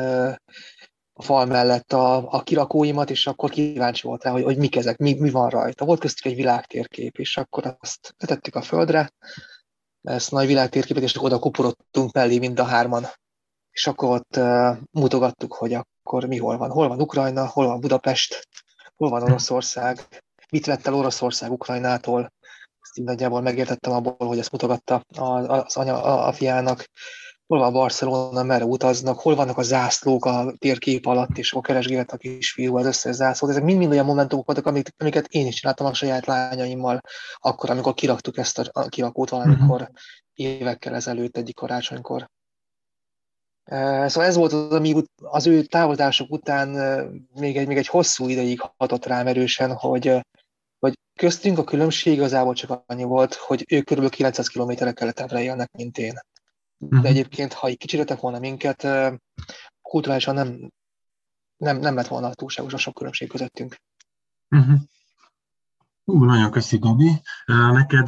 a fal mellett a, a kirakóimat, és akkor kíváncsi volt rá, hogy, hogy mik ezek, mi, mi van rajta. Volt köztük egy világtérkép, és akkor azt letettük a földre, ezt nagy világtérképet, és oda kuporodtunk mellé mind a hárman. És akkor ott uh, mutogattuk, hogy akkor mi hol van. Hol van Ukrajna, hol van Budapest, hol van Oroszország, mit vett el Oroszország Ukrajnától. Ezt így nagyjából megértettem abból, hogy ezt mutogatta az anya a, a fiának. Hol van Barcelona, merre utaznak, hol vannak a zászlók a térkép alatt, és akkor keresgélt a kisfiú az összes zászlót. Ezek mind-mind olyan momentumok voltak, amiket, amiket én is csináltam a saját lányaimmal, akkor, amikor kiraktuk ezt a kirakót valamikor évekkel ezelőtt, egyik karácsonykor. Szóval ez volt az, ami az ő távozások után még egy, még egy hosszú ideig hatott rám erősen, hogy, hogy köztünk a különbség igazából csak annyi volt, hogy ők kb. kilencszáz kilométerre keletre élnek, mint én. De egyébként, ha így kicsiröttek volna minket, kulturálisan nem, nem, nem lett volna túlságosan sok különbség közöttünk. Uh-huh. Ú, nagyon köszi, Gabi. Neked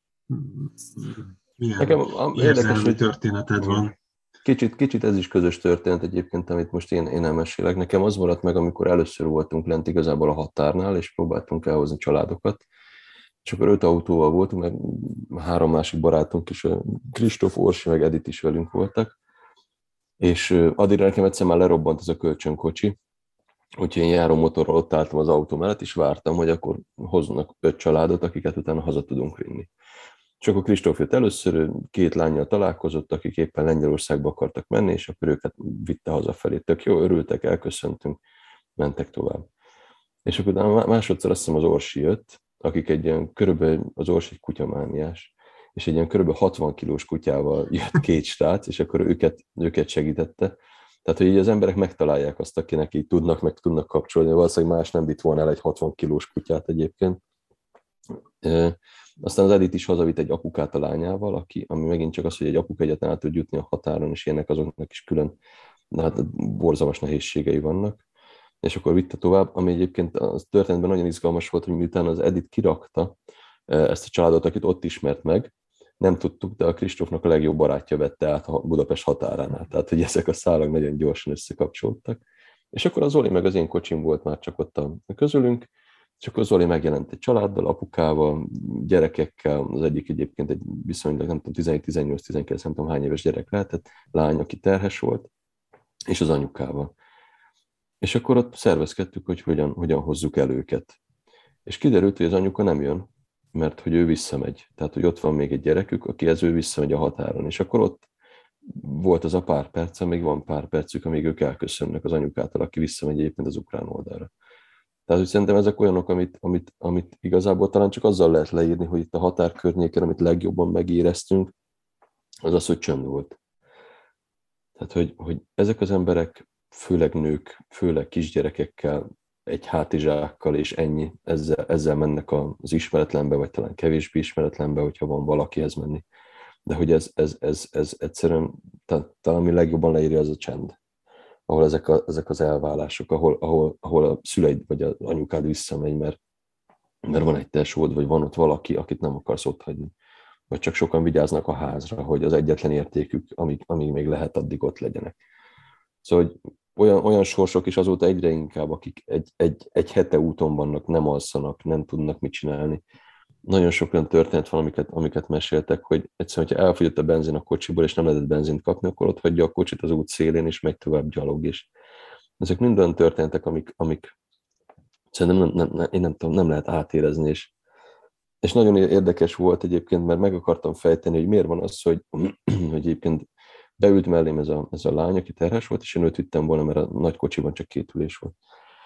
milyen Nekem érdekes, érzelmi hogy történeted van? Kicsit, kicsit ez is közös történet egyébként, amit most én, én elmesélek. Nekem az maradt meg, amikor először voltunk lent igazából a határnál, és próbáltunk elhozni családokat. És akkor öt autóval voltunk, meg három másik barátunk is, Kristóf, Orsi, meg Edith is velünk voltak. És addigra nekem egyszer már lerobbant ez a kölcsönkocsi, úgyhogy én járó motorral ott álltam az autó mellett, és vártam, hogy akkor hoznak öt családot, akiket utána haza tudunk vinni. És akkor Kristóf jött először, két lánnyal találkozott, akik éppen Lengyelországba akartak menni, és akkor őket vitte hazafelé. Tök jó, örültek, elköszöntünk, mentek tovább. És akkor másodszor azt hiszem az Orsi jött, akik egy ilyen körülbelül, az Orsi egy kutyamániás, és egy ilyen körülbelül hatvan kilós kutyával jött két srác, és akkor őket, őket segítette. Tehát, hogy így az emberek megtalálják azt, akinek így tudnak, meg tudnak kapcsolni. Valószínűleg más nem vitt volna el egy hatvan kilós kutyát egyébként. Aztán az Edith is hazavitt egy apukát a lányával, aki, ami megint csak az, hogy egy apuk egyetlen át tud jutni a határon, és ilyenek azoknak is külön hát, borzalmas nehézségei vannak. És akkor vitte tovább, ami egyébként a történetben nagyon izgalmas volt, hogy miután az Edith kirakta ezt a családot, akit ott ismert meg, nem tudtuk, de a Kristófnak a legjobb barátja vette át a Budapest határánál. Tehát, hogy ezek a szálak nagyon gyorsan összekapcsolódtak. És akkor az Zoli meg az én kocsim volt már csak ott a közülünk, és akkor Zoli megjelent egy családdal, apukával, gyerekekkel, az egyik egyébként egy viszonylag, nem tudom, tizenegy, tizennyolc, tizenkilenc, nem tudom hány éves gyerek lehetett, lány, aki terhes volt, és az anyukával. És akkor ott szervezkedtük, hogy hogyan, hogyan hozzuk el őket. És kiderült, hogy az anyuka nem jön, mert hogy ő visszamegy. Tehát, hogy ott van még egy gyerekük, aki ez ő visszamegy a határon. És akkor ott volt az a pár perc, még van pár percük, amíg ők elköszönnek az anyukától, aki visszamegy egyébként az ukrán oldalra. Tehát, hogy szerintem ezek olyanok, amit, amit, amit igazából talán csak azzal lehet leírni, hogy itt a határ környéken, amit legjobban megéreztünk, az az, hogy csönd volt. Tehát, hogy, hogy ezek az emberek, főleg nők, főleg kisgyerekekkel, egy hátizsákkal és ennyi, ezzel, ezzel mennek az ismeretlenbe, vagy talán kevésbé ismeretlenbe, hogyha van valakihez menni. De hogy ez, ez, ez, ez egyszerűen, talán ami legjobban leírja, az a csend, ahol ezek, a, ezek az elválások, ahol, ahol, ahol a szüleid vagy az anyukád visszamegy, mert, mert van egy tesód, vagy van ott valaki, akit nem akarsz ott hagyni. Vagy csak sokan vigyáznak a házra, hogy az egyetlen értékük, amíg, amíg még lehet, addig ott legyenek. Szóval, hogy olyan, olyan sorsok is azóta egyre inkább, akik egy, egy, egy hete úton vannak, nem alszanak, nem tudnak mit csinálni. Nagyon sok olyan történet van, amiket, amiket meséltek, hogy egyszerűen, hogyha elfogyott a benzin a kocsiból, és nem lehetett benzint kapni, akkor ott hagyja a kocsit az út szélén, és megy tovább gyalog is. Ezek mind olyan történetek, amik, amik szerintem nem, nem, nem, én nem tudom, nem lehet átérezni, és, és nagyon érdekes volt egyébként, mert meg akartam fejteni, hogy miért van az, hogy, hogy egyébként beült mellém ez a, ez a lány, aki terhes volt, és én őt vittem volna, mert a nagy kocsiban csak két ülés volt.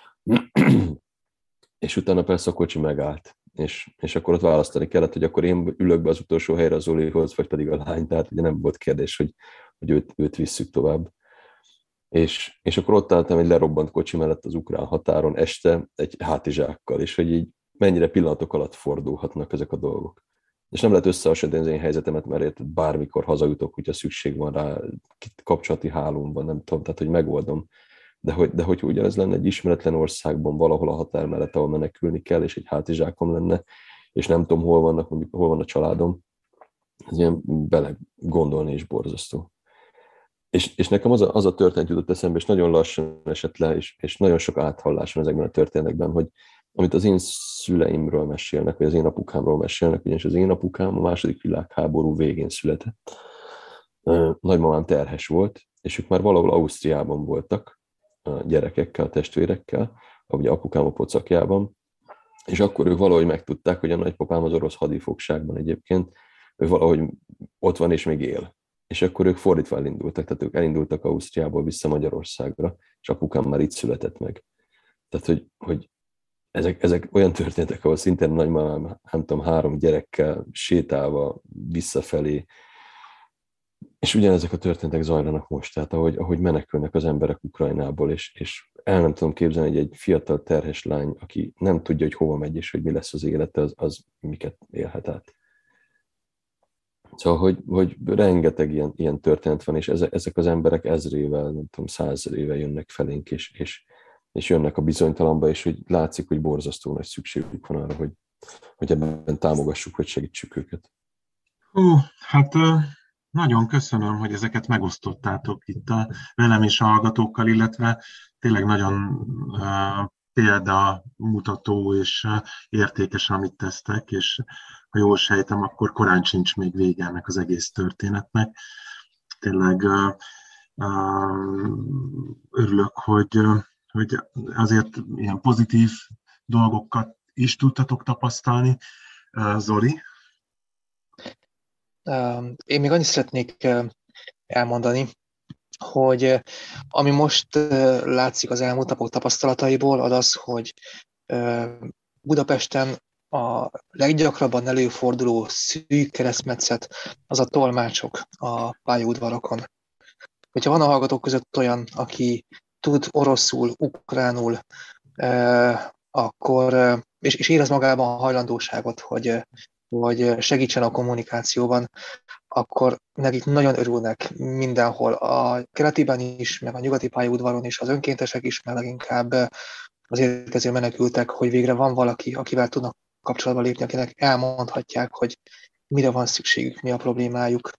És utána persze a kocsi megállt, és, és akkor ott választani kellett, hogy akkor én ülök be az utolsó helyre az Zolihoz, vagy pedig a lány, tehát ugye nem volt kérdés, hogy, hogy őt, őt visszük tovább. És, és akkor ott álltam egy lerobbant kocsi mellett az ukrán határon este egy hátizsákkal, és hogy így mennyire pillanatok alatt fordulhatnak ezek a dolgok. És nem lehet összehasonlítani az én helyzetemet, mert érted, bármikor hazajutok, hogyha szükség van rá, kapcsolati hálómban, nem tudom, tehát hogy megoldom. De hogy, de hogy ugyanez lenne egy ismeretlen országban, valahol a határ mellett, ahol menekülni kell, és egy hátizsákom lenne, és nem tudom, hol vannak, mondjuk, hol van a családom, ez ilyen bele gondolni is borzasztó. És, és nekem az a, az a történet jutott eszembe, és nagyon lassan esett le, és, és nagyon sok áthallás van ezekben a történetekben, hogy amit az én szüleimről mesélnek, vagy az én apukámról mesélnek, ugyanis az én apukám a második világháború végén született. Nagymamám terhes volt, és ők már valahol Ausztriában voltak, a gyerekekkel, a testvérekkel, ahogy apukám a pocakjában, és akkor ők valahogy megtudták, hogy a nagypapám az orosz hadifogságban egyébként, ő valahogy ott van és még él. És akkor ők fordítva elindultak, tehát ők elindultak Ausztriából vissza Magyarországra, és apukám már itt született meg. Tehát, hogy, hogy ezek, ezek olyan történetek, ahol szintén nagymamám, nem tudom, három gyerekkel sétálva visszafelé, és ugyanezek a történetek zajlanak most, tehát ahogy, ahogy menekülnek az emberek Ukrajnából, és, és el nem tudom képzelni, hogy egy fiatal terhes lány, aki nem tudja, hogy hova megy, és hogy mi lesz az élete, az, az miket élhet át. Szóval, hogy, hogy rengeteg ilyen, ilyen történet van, és ezek az emberek ezrével, nem tudom, százrével jönnek felénk, és, és, és jönnek a bizonytalanba, és hogy látszik, hogy borzasztó nagy szükségük van arra, hogy, hogy ebben támogassuk, vagy segítsük őket. Hú, hát nagyon köszönöm, hogy ezeket megosztottátok itt a velem és a hallgatókkal, illetve tényleg nagyon példamutató és értékes, amit tesztek, és ha jól sejtem, akkor korán sincs még vége ennek az egész történetnek. Tényleg örülök, hogy, hogy azért ilyen pozitív dolgokat is tudtatok tapasztalni. Zoli? Én még annyit szeretnék elmondani, hogy ami most látszik az elmúlt napok tapasztalataiból, az az, hogy Budapesten a leggyakrabban előforduló szűk keresztmetszet az a tolmácsok a pályaudvarokon. Hogyha van a hallgatók között olyan, aki tud oroszul, ukránul, akkor, és, és érez magában a hajlandóságot, hogy, hogy segítsen a kommunikációban, akkor nekik nagyon örülnek mindenhol, a keletiben is, meg a nyugati pályaudvaron is, az önkéntesek is, meg leginkább az érkező menekültek, hogy végre van valaki, akivel tudnak kapcsolatba lépni, akinek elmondhatják, hogy mire van szükségük, mi a problémájuk.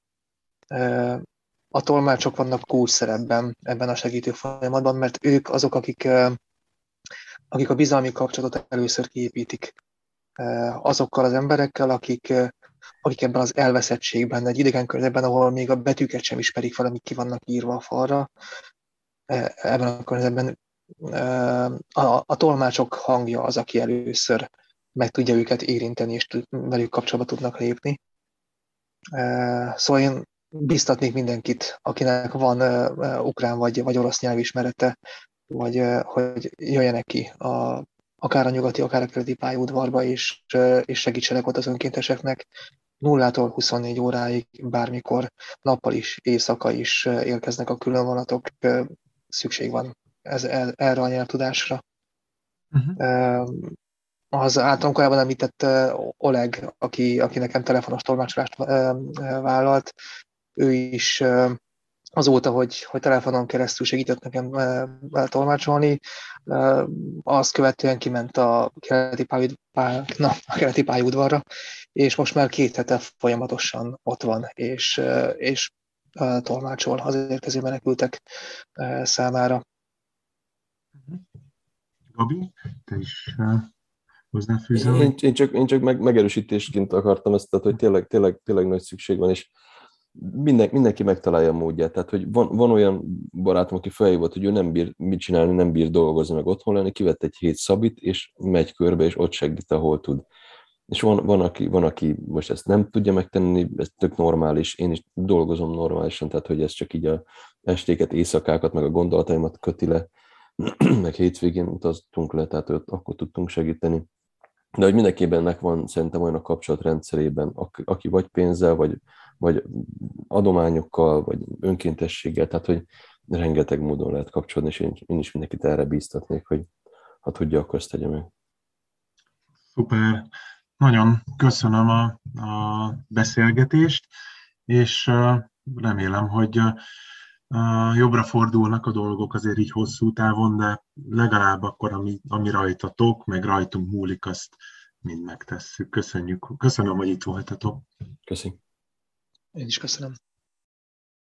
A tolmácsok vannak kulcs szerepben ebben a segítő folyamatban, mert ők azok, akik, akik a bizalmi kapcsolatot először kiépítik azokkal az emberekkel, akik, akik ebben az elveszettségben, egy idegen környezetben, ahol még a betűket sem ismerik fel, amik ki vannak írva a falra, ebben a környezetben a, a tolmácsok hangja az, aki először meg tudja őket érinteni, és velük kapcsolatba tudnak lépni. Szóval én biztatnék mindenkit, akinek van ukrán vagy, vagy orosz nyelvismerete, vagy hogy jöjjenek ki a, akár a nyugati, akár a keleti pályaudvarba, és, és segítsenek ott az önkénteseknek. Nullától huszonnégy óráig, bármikor, nappal is, éjszaka is érkeznek a különvonatok, szükség van ez, erre a nyelvtudásra. Uh-huh. Az általán korábban említett Oleg, aki, aki nekem telefonos tolmácsolást vállalt, ő is azóta, hogy, hogy telefonon keresztül segített nekem tolmácsolni, azt követően kiment a keleti, pálya, na, a keleti pályaudvarra, és most már két hete folyamatosan ott van, és, és tolmácsol az érkező menekültek számára. Gabi, te is hozzáfűzel? Én, én csak, én csak meg, megerősítésként akartam ezt, tehát, hogy tényleg, tényleg, tényleg nagy szükség van, és minden, mindenki megtalálja a módját. Tehát, hogy van, van olyan barátom, aki felhívott, hogy ő nem bír mit csinálni, nem bír dolgozni, meg otthon lenni, kivett egy hét szabit, és megy körbe, és ott segít, ahol tud. És van, van, aki, van, aki most ezt nem tudja megtenni, ez tök normális, én is dolgozom normálisan, tehát, hogy ez csak így a estéket, éjszakákat, meg a gondolataimat köti le, meg hétvégén utaztunk le, tehát ott akkor tudtunk segíteni. De hogy mindenkibennek van szerintem olyan a kapcsolatrendszerében, aki vagy pénzzel, vagy, vagy adományokkal, vagy önkéntességgel, tehát hogy rengeteg módon lehet kapcsolódni, és én, én is mindenkit erre bíztatnék, hogy ha tudja, akkor ezt tegye meg. Szuper! Nagyon köszönöm a, a beszélgetést, és remélem, hogy jobbra fordulnak a dolgok azért így hosszú távon, de legalább akkor, ami, ami rajtatok, meg rajtunk múlik, azt mind megtesszük. Köszönjük. Köszönöm, hogy itt voltatok. Köszönöm. Én is köszönöm.